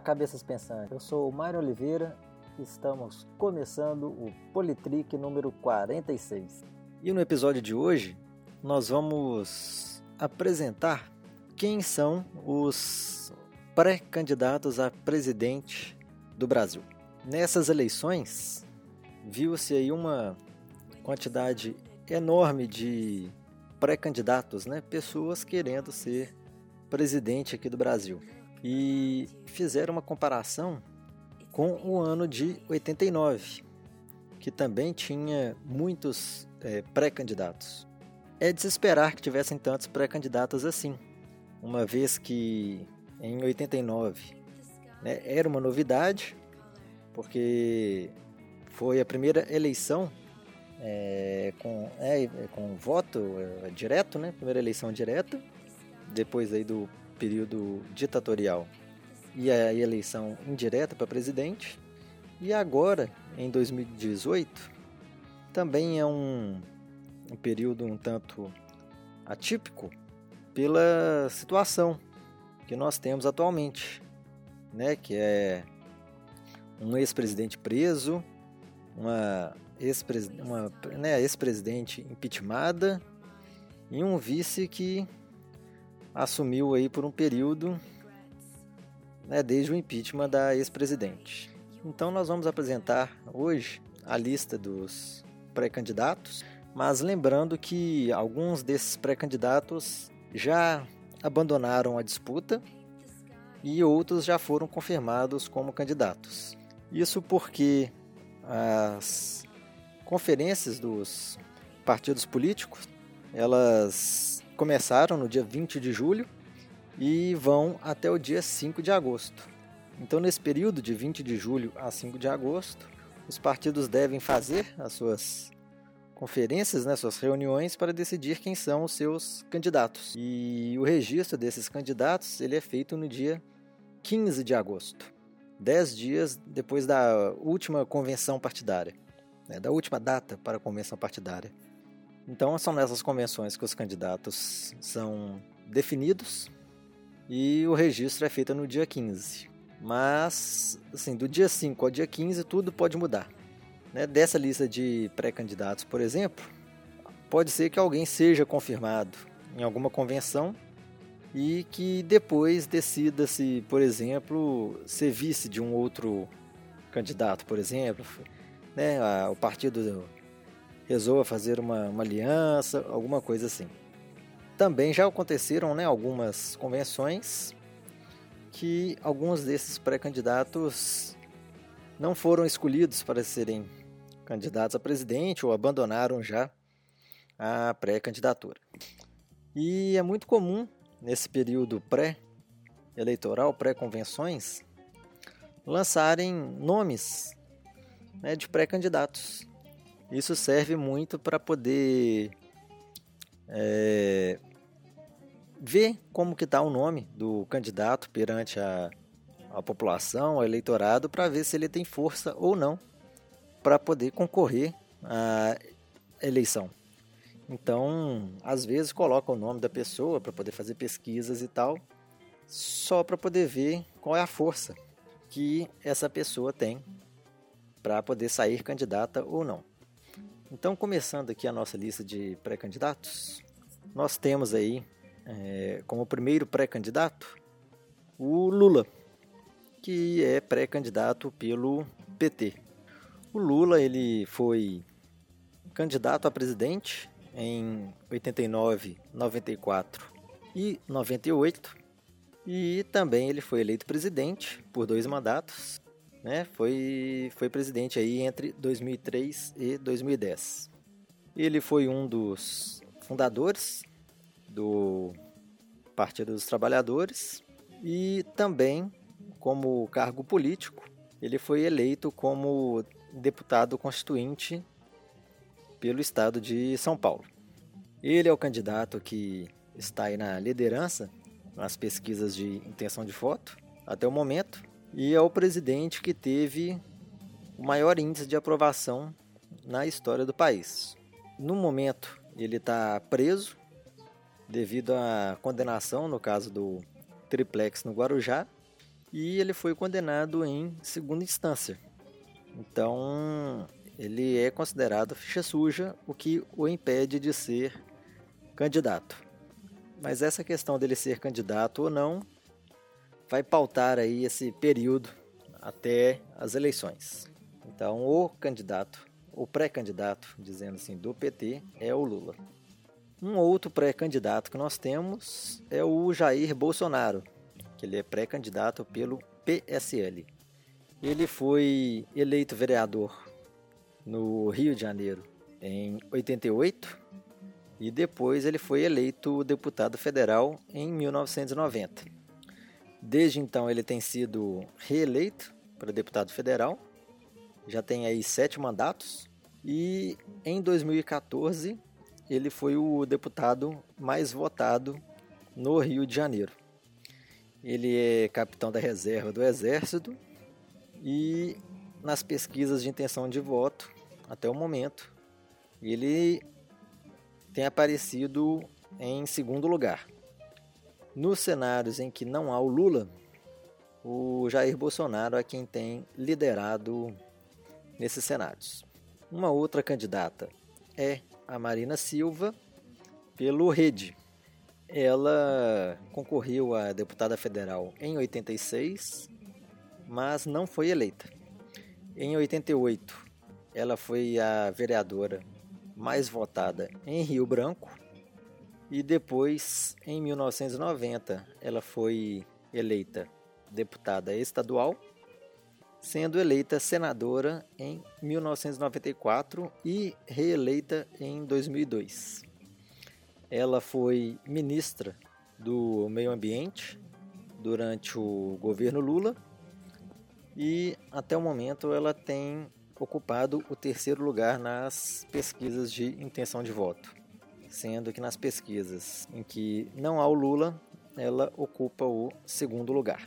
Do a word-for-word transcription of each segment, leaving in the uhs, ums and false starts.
cabeças pensantes. Eu sou o Mário Oliveira e estamos começando o Politrick número quarenta e seis. E no episódio de hoje nós vamos apresentar quem são os pré-candidatos a presidente do Brasil. Nessas eleições viu-se aí uma quantidade enorme de pré-candidatos, né? Pessoas querendo ser presidente aqui do Brasil. E fizeram uma comparação com o ano de oitenta e nove, que também tinha muitos é, pré-candidatos. É de se esperar que tivessem tantos pré-candidatos assim, uma vez que em oitenta e nove, né, era uma novidade, porque foi a primeira eleição é, com, é, com voto é, direto, né, primeira eleição direta, depois aí do período ditatorial e a eleição indireta para presidente. E agora, em dois mil e dezoito, também é um, um período um tanto atípico pela situação que nós temos atualmente, né? Que é um ex-presidente preso, uma, ex-pres, uma né, ex-presidente impeachmentada e um vice que assumiu aí por um período, né, desde o impeachment da ex-presidente. Então nós vamos apresentar hoje a lista dos pré-candidatos, mas lembrando que alguns desses pré-candidatos já abandonaram a disputa e outros já foram confirmados como candidatos. Isso porque as conferências dos partidos políticos, elas começaram no dia vinte de julho e vão até o dia cinco de agosto. Então, nesse período de vinte de julho a cinco de agosto, os partidos devem fazer as suas conferências, né, suas reuniões para decidir quem são os seus candidatos. E o registro desses candidatos ele é feito no dia quinze de agosto, dez dias depois da última convenção partidária, né, da última data para a convenção partidária. Então, são nessas convenções que os candidatos são definidos e o registro é feito no dia quinze. Mas, assim, do dia cinco ao dia quinze, tudo pode mudar. Né? Dessa lista de pré-candidatos, por exemplo, pode ser que alguém seja confirmado em alguma convenção e que depois decida-se, por exemplo, ser vice de um outro candidato, por exemplo. Né? O partido resolva fazer uma, uma aliança, alguma coisa assim. Também já aconteceram, né, algumas convenções que alguns desses pré-candidatos não foram escolhidos para serem candidatos a presidente ou abandonaram já a pré-candidatura. E é muito comum, nesse período pré-eleitoral, pré-convenções, lançarem nomes, né, de pré-candidatos. Isso serve muito para poder é, ver como que está o nome do candidato perante a, a população, ao eleitorado, para ver se ele tem força ou não para poder concorrer à eleição. Então, às vezes coloca o nome da pessoa para poder fazer pesquisas e tal, só para poder ver qual é a força que essa pessoa tem para poder sair candidata ou não. Então, começando aqui a nossa lista de pré-candidatos, nós temos aí, é, como primeiro pré-candidato, o Lula, que é pré-candidato pelo P T. O Lula ele foi candidato a presidente em oitenta e nove, noventa e quatro e noventa e oito, e também ele foi eleito presidente por dois mandatos. Né, foi, foi presidente aí entre dois mil e três e dois mil e dez. Ele foi um dos fundadores do Partido dos Trabalhadores e também, como cargo político, ele foi eleito como deputado constituinte pelo estado de São Paulo. Ele é o candidato que está aí na liderança nas pesquisas de intenção de voto até o momento. E é o presidente que teve o maior índice de aprovação na história do país. No momento, ele está preso devido à condenação no caso do triplex no Guarujá e ele foi condenado em segunda instância. Então, ele é considerado ficha suja, o que o impede de ser candidato. Mas essa questão dele ser candidato ou não vai pautar aí esse período até as eleições. Então, o candidato, o pré-candidato, dizendo assim, do P T é o Lula. Um outro pré-candidato que nós temos é o Jair Bolsonaro, que ele é pré-candidato pelo P S L. Ele foi eleito vereador no Rio de Janeiro em oitenta e oito e depois ele foi eleito deputado federal em mil novecentos e noventa. Desde então ele tem sido reeleito para deputado federal, já tem aí sete mandatos e em dois mil e quatorze ele foi o deputado mais votado no Rio de Janeiro. Ele é capitão da reserva do Exército e nas pesquisas de intenção de voto, até o momento, ele tem aparecido em segundo lugar. Nos cenários em que não há o Lula, o Jair Bolsonaro é quem tem liderado nesses cenários. Uma outra candidata é a Marina Silva, pelo Rede. Ela concorreu a deputada federal em oitenta e seis, mas não foi eleita. Em oitenta e oito, ela foi a vereadora mais votada em Rio Branco. E depois, em mil novecentos e noventa, ela foi eleita deputada estadual, sendo eleita senadora em mil novecentos e noventa e quatro e reeleita em dois mil e dois. Ela foi ministra do Meio Ambiente durante o governo Lula e até o momento ela tem ocupado o terceiro lugar nas pesquisas de intenção de voto, sendo que nas pesquisas em que não há o Lula, ela ocupa o segundo lugar.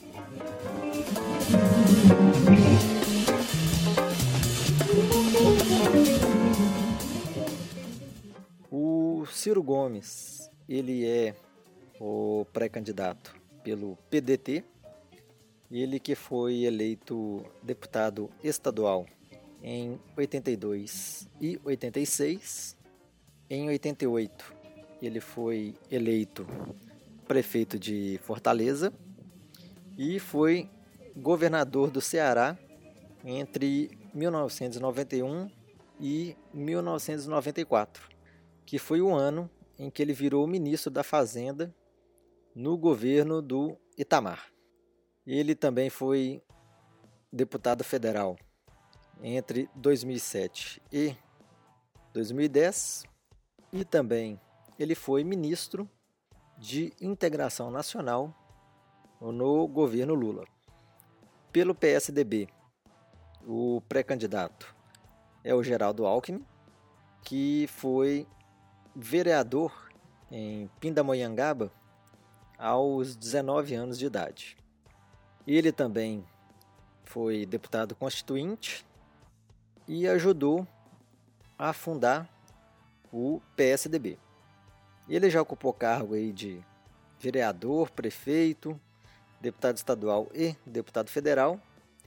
O Ciro Gomes, ele é o pré-candidato pelo P D T, ele que foi eleito deputado estadual em oitenta e dois e oitenta e seis. Em oitenta e oito, ele foi eleito prefeito de Fortaleza e foi governador do Ceará entre mil novecentos e noventa e um e mil novecentos e noventa e quatro, que foi o ano em que ele virou ministro da Fazenda no governo do Itamar. Ele também foi deputado federal entre dois mil e sete e dois mil e dez e também ele foi ministro de Integração Nacional no governo Lula. Pelo P S D B, o pré-candidato é o Geraldo Alckmin, que foi vereador em Pindamonhangaba aos dezenove anos de idade. Ele também foi deputado constituinte e ajudou a fundar o P S D B. Ele já ocupou cargo aí de vereador, prefeito, deputado estadual e deputado federal,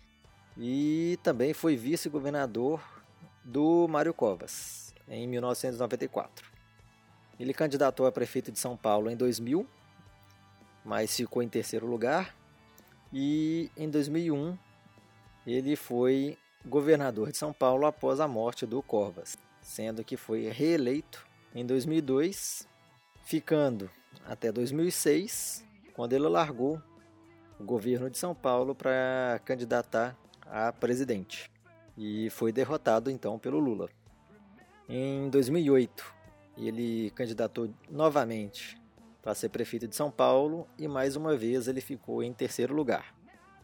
e também foi vice-governador do Mário Covas em mil novecentos e noventa e quatro. Ele candidatou a prefeito de São Paulo em dois mil, mas ficou em terceiro lugar, e em dois mil e um ele foi governador de São Paulo após a morte do Covas, sendo que foi reeleito em dois mil e dois, ficando até dois mil e seis, quando ele largou o governo de São Paulo para candidatar a presidente e foi derrotado então pelo Lula. Em dois mil e oito, ele candidatou novamente para ser prefeito de São Paulo e mais uma vez ele ficou em terceiro lugar.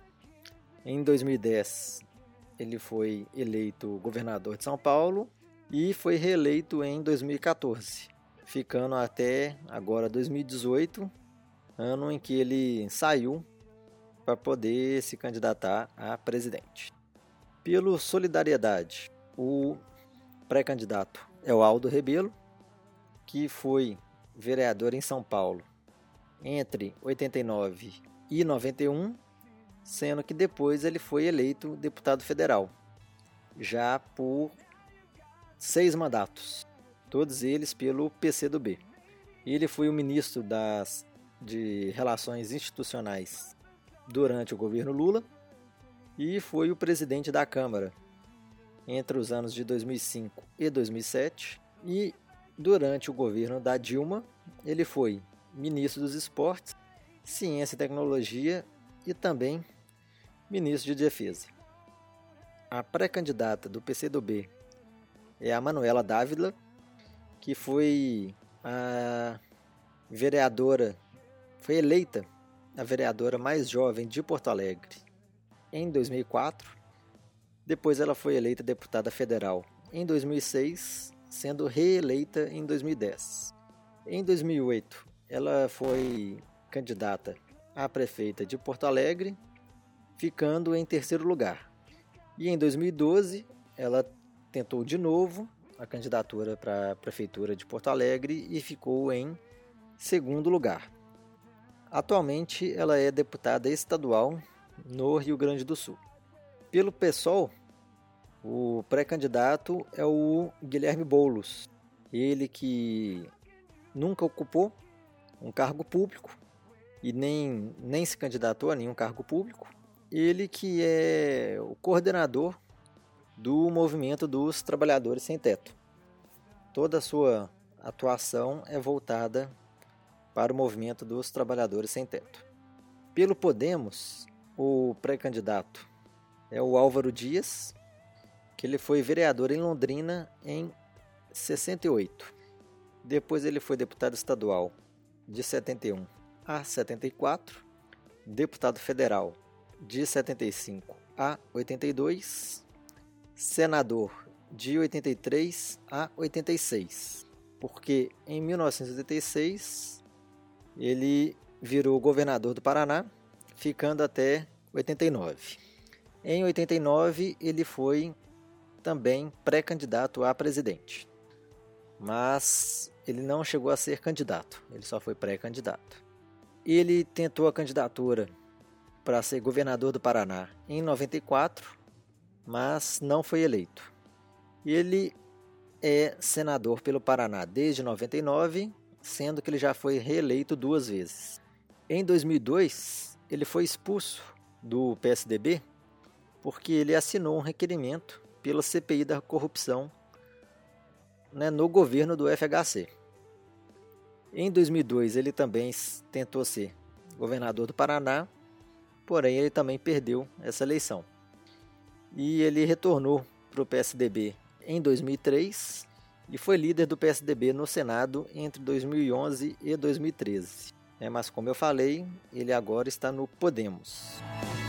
Em dois mil e dez, ele foi eleito governador de São Paulo e foi reeleito em dois mil e quatorze, ficando até agora dois mil e dezoito, ano em que ele saiu para poder se candidatar a presidente. Pelo Solidariedade, o pré-candidato é o Aldo Rebelo, que foi vereador em São Paulo entre oitenta e nove e noventa e um sendo que depois ele foi eleito deputado federal, já por seis mandatos, todos eles pelo P C do B. Ele foi o ministro das, de Relações Institucionais durante o governo Lula e foi o presidente da Câmara entre os anos de dois mil e cinco e dois mil e sete, e durante o governo da Dilma ele foi ministro dos Esportes, Ciência e Tecnologia e também ministro de Defesa. A pré-candidata do P C do B é a Manuela Dávila, que foi a vereadora, foi eleita a vereadora mais jovem de Porto Alegre em dois mil e quatro. Depois ela foi eleita deputada federal em dois mil e seis, sendo reeleita em dois mil e dez. Em dois mil e oito, ela foi candidata a prefeita de Porto Alegre, ficando em terceiro lugar. E em dois mil e doze, ela tentou de novo a candidatura para a prefeitura de Porto Alegre e ficou em segundo lugar. Atualmente, ela é deputada estadual no Rio Grande do Sul. Pelo PSOL, o pré-candidato é o Guilherme Boulos, ele que nunca ocupou um cargo público e nem, nem se candidatou a nenhum cargo público. Ele que é o coordenador do movimento dos trabalhadores sem teto. Toda a sua atuação é voltada para o movimento dos trabalhadores sem teto. Pelo Podemos, o pré-candidato é o Álvaro Dias, que ele foi vereador em Londrina em sessenta e oito. Depois ele foi deputado estadual de setenta e um a setenta e quatro, deputado federal de setenta e cinco a oitenta e dois, senador de oitenta e três a oitenta e seis, porque em mil novecentos e oitenta e seis ele virou governador do Paraná, ficando até oitenta e nove. Em oitenta e nove ele foi também pré-candidato a presidente, mas ele não chegou a ser candidato, ele só foi pré-candidato. Ele tentou a candidatura para ser governador do Paraná em noventa e quatro, mas não foi eleito. Ele é senador pelo Paraná desde noventa e nove, sendo que ele já foi reeleito duas vezes. Em dois mil e dois, ele foi expulso do P S D B porque ele assinou um requerimento pela C P I da corrupção, né, no governo do F H C. Em dois mil e dois, ele também tentou ser governador do Paraná, porém ele também perdeu essa eleição. E ele retornou para o P S D B em dois mil e três e foi líder do P S D B no Senado entre dois mil e onze e dois mil e treze. É, mas como eu falei, ele agora está no Podemos.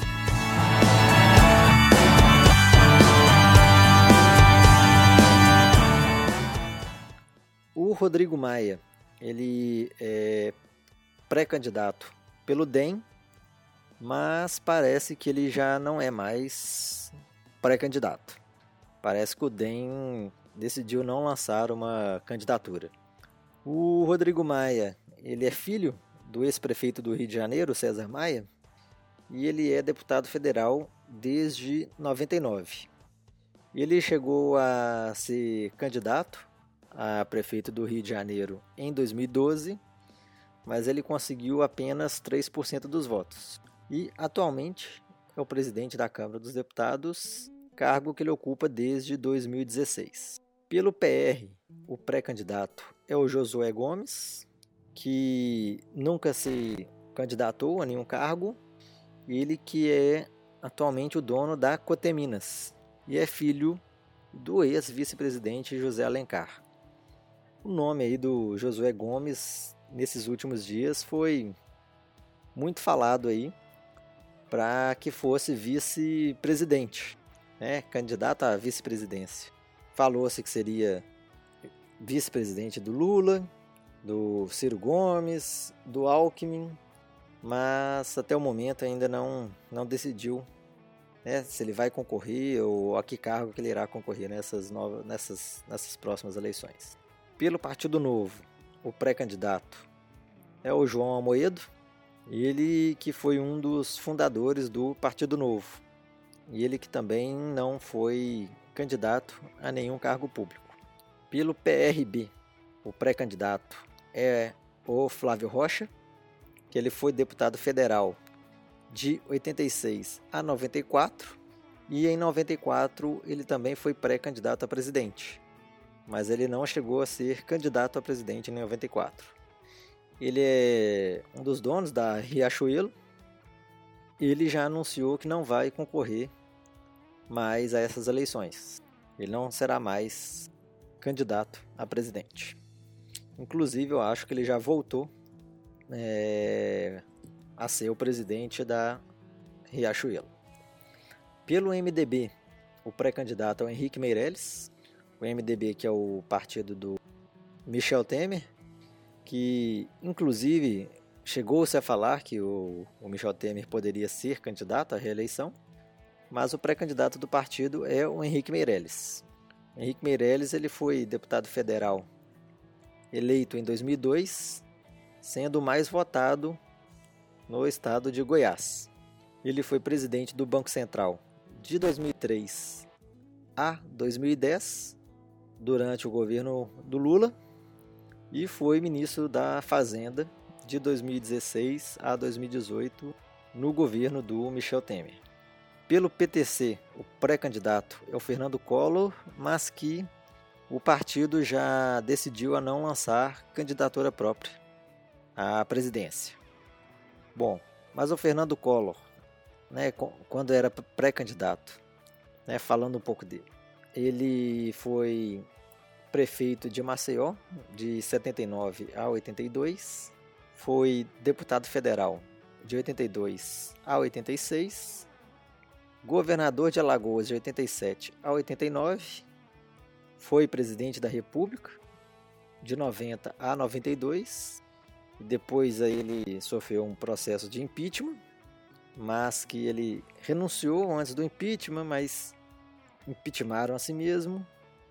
O Rodrigo Maia, ele é pré-candidato pelo D E M, mas parece que ele já não é mais pré-candidato. Parece que o D E M decidiu não lançar uma candidatura. O Rodrigo Maia, ele é filho do ex-prefeito do Rio de Janeiro, César Maia, e ele é deputado federal desde noventa e nove. Ele chegou a ser candidato a prefeito do Rio de Janeiro em dois mil e doze, mas ele conseguiu apenas três por cento dos votos. E atualmente é o presidente da Câmara dos Deputados, cargo que ele ocupa desde dois mil e dezesseis. Pelo P R, o pré-candidato é o Josué Gomes, que nunca se candidatou a nenhum cargo, ele que é atualmente o dono da Coteminas e é filho do ex-vice-presidente José Alencar. O nome aí do Josué Gomes nesses últimos dias foi muito falado aí para que fosse vice-presidente, né? Candidato à vice-presidência. Falou-se que seria vice-presidente do Lula, do Ciro Gomes, do Alckmin, mas até o momento ainda não, não decidiu, né, se ele vai concorrer ou a que cargo que ele irá concorrer nessas, novas, nessas, nessas próximas eleições. Pelo Partido Novo, o pré-candidato é o João Amoedo, Ele que foi um dos fundadores do Partido Novo. E ele que também não foi candidato a nenhum cargo público. Pelo P R B, o pré-candidato é o Flávio Rocha, que ele foi deputado federal de oitenta e seis a noventa e quatro, e em noventa e quatro ele também foi pré-candidato a presidente, mas ele não chegou a ser candidato a presidente em noventa e quatro. Ele é um dos donos da Riachuelo. Ele já anunciou que não vai concorrer mais a essas eleições. Ele não será mais candidato a presidente. Inclusive, eu acho que ele já voltou é, a ser o presidente da Riachuelo. Pelo M D B, o pré-candidato é o Henrique Meirelles. O M D B, que é o partido do Michel Temer, que inclusive chegou-se a falar que o, o Michel Temer poderia ser candidato à reeleição, mas o pré-candidato do partido é o Henrique Meirelles. O Henrique Meirelles ele foi deputado federal eleito em dois mil e dois, sendo o mais votado no estado de Goiás. Ele foi presidente do Banco Central de dois mil e três a dois mil e dez, durante o governo do Lula, e foi ministro da Fazenda de dois mil e dezesseis a dois mil e dezoito no governo do Michel Temer. Pelo P T C, o pré-candidato é o Fernando Collor, mas que o partido já decidiu a não lançar candidatura própria à presidência. Bom, mas o Fernando Collor, né, quando era pré-candidato, né, falando um pouco dele, ele foi prefeito de Maceió, de setenta e nove a oitenta e dois, foi deputado federal de oitenta e dois a oitenta e seis, governador de Alagoas de oitenta e sete a oitenta e nove, foi presidente da República de noventa a noventa e dois, depois aí ele sofreu um processo de impeachment, mas que ele renunciou antes do impeachment, mas impeachmentaram a si mesmo,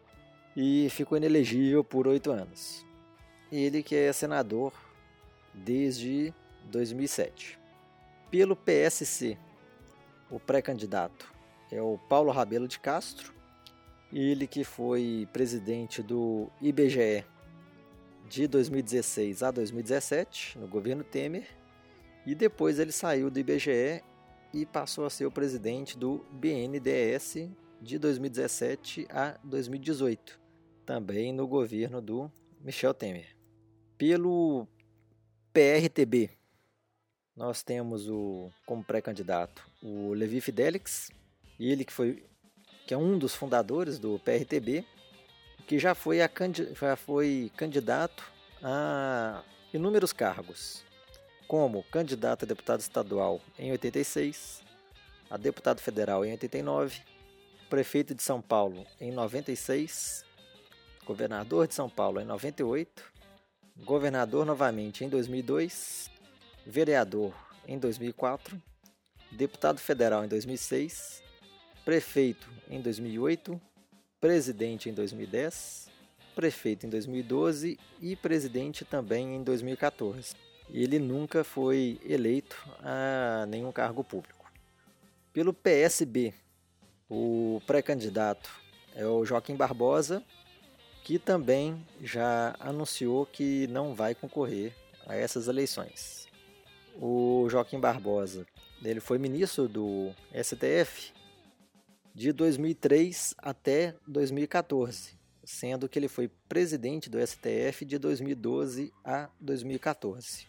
e ficou inelegível por oito anos. Ele que é senador desde dois mil e sete. Pelo P S C, o pré-candidato é o Paulo Rabelo de Castro, ele que foi presidente do I B G E de dois mil e dezesseis a dois mil e dezessete, no governo Temer, e depois ele saiu do I B G E e passou a ser o presidente do B N D E S de dois mil e dezessete a dois mil e dezoito, também no governo do Michel Temer. Pelo P R T B, nós temos o, como pré-candidato o Levi Fidelix, ele que, foi, que é um dos fundadores do P R T B, que já foi, a, já foi candidato a inúmeros cargos, como candidato a deputado estadual em oitenta e seis, a deputado federal em oitenta e nove, prefeito de São Paulo em noventa e seis, governador de São Paulo em noventa e oito, governador novamente em dois mil e dois, vereador em dois mil e quatro, deputado federal em dois mil e seis, prefeito em dois mil e oito, presidente em dois mil e dez, prefeito em dois mil e doze e presidente também em dois mil e quatorze. Ele nunca foi eleito a nenhum cargo público. Pelo P S B, o pré-candidato é o Joaquim Barbosa, que também já anunciou que não vai concorrer a essas eleições. O Joaquim Barbosa, ele foi ministro do S T F de dois mil e três até dois mil e quatorze, sendo que ele foi presidente do S T F de dois mil e doze a dois mil e quatorze.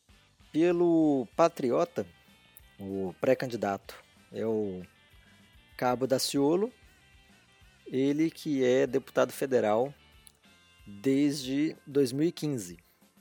Pelo Patriota, o pré-candidato é o Cabo Daciolo, ele que é deputado federal desde dois mil e quinze.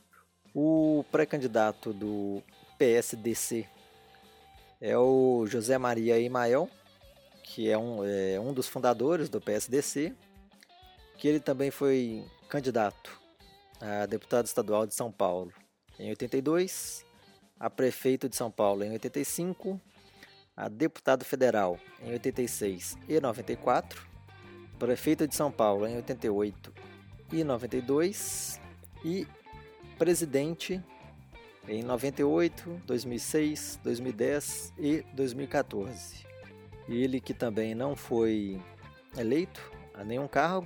O pré-candidato do P S D C é o José Maria Emael, que é um, é um dos fundadores do P S D C, que ele também foi candidato a deputado estadual de São Paulo em oitenta e dois, a prefeito de São Paulo em oitenta e cinco, a deputado federal em oitenta e seis e noventa e quatro, prefeito de São Paulo em oitenta e oito e noventa e dois e presidente em noventa e oito, dois mil e seis, dois mil e dez e dois mil e quatorze. Ele que também não foi eleito a nenhum cargo,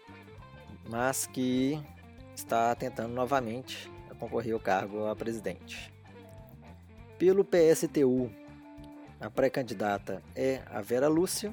mas que está tentando novamente concorrer ao cargo a presidente. Pelo P S T U, a pré-candidata é a Vera Lúcia,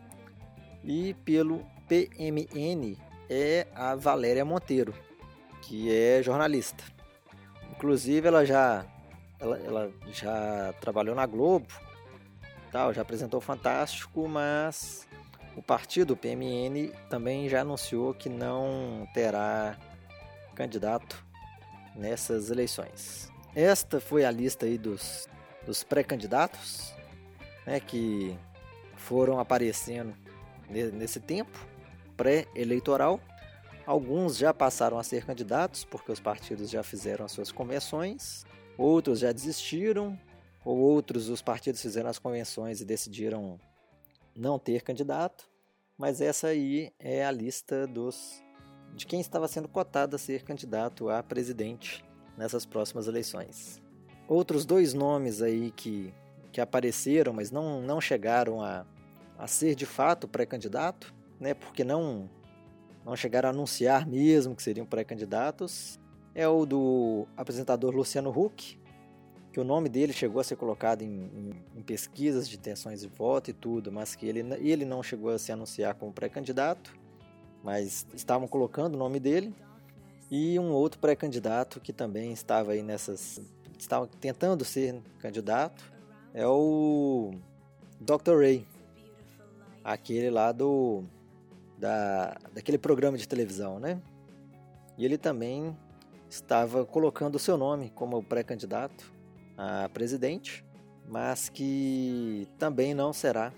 e pelo P M N é a Valéria Monteiro, que é jornalista. Inclusive ela já, ela, ela já trabalhou na Globo, tal, já apresentou o Fantástico, mas o partido, o P M N, também já anunciou que não terá candidato nessas eleições. Esta foi a lista aí dos, dos pré-candidatos, né, que foram aparecendo nesse tempo pré-eleitoral. Alguns já passaram a ser candidatos porque os partidos já fizeram as suas convenções, outros já desistiram, ou outros os partidos fizeram as convenções e decidiram não ter candidato, mas essa aí é a lista dos, de quem estava sendo cotado a ser candidato a presidente nessas próximas eleições. Outros dois nomes aí que, que apareceram, mas não, não chegaram a, a ser de fato pré-candidato, né, porque não, não chegaram a anunciar mesmo que seriam pré-candidatos, é o do apresentador Luciano Huck, que o nome dele chegou a ser colocado em, em, em pesquisas de intenções de voto e tudo, mas que ele, ele não chegou a se anunciar como pré-candidato, mas estavam colocando o nome dele. E um outro pré-candidato que também estava aí nessas, estava tentando ser candidato, é o doutor Ray, aquele lá do da, daquele programa de televisão, né? E ele também estava colocando o seu nome como pré-candidato a presidente, mas que também não será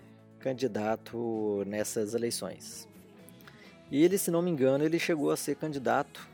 candidato nessas eleições. E ele, se não me engano, ele chegou a ser candidato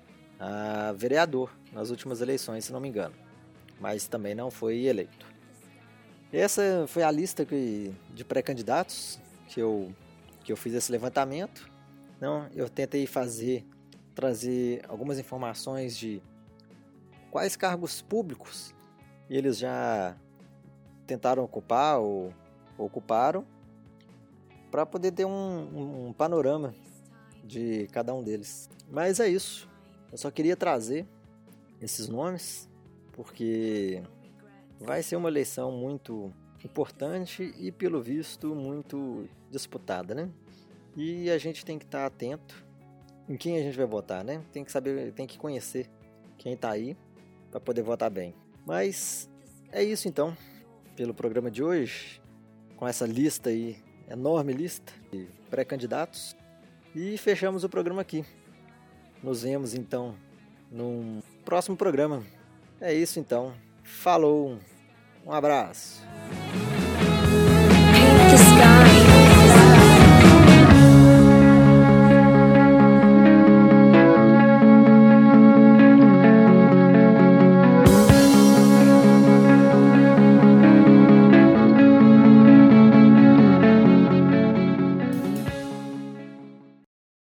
a vereador nas últimas eleições, se não me engano, mas também não foi eleito. Essa foi a lista que, de pré-candidatos que eu, que eu fiz esse levantamento. Não, eu tentei fazer, trazer algumas informações de quais cargos públicos eles já tentaram ocupar ou, ou ocuparam, para poder ter um, um, um panorama de cada um deles. Mas é isso, eu só queria trazer esses nomes, porque vai ser uma eleição muito importante e, pelo visto, muito disputada, né? E a gente tem que estar atento em quem a gente vai votar, né? Tem que saber, tem que conhecer quem está aí para poder votar bem. Mas é isso então, pelo programa de hoje, com essa lista aí, enorme lista de pré-candidatos, e fechamos o programa aqui. Nos vemos então num próximo programa. É isso então, falou, um abraço.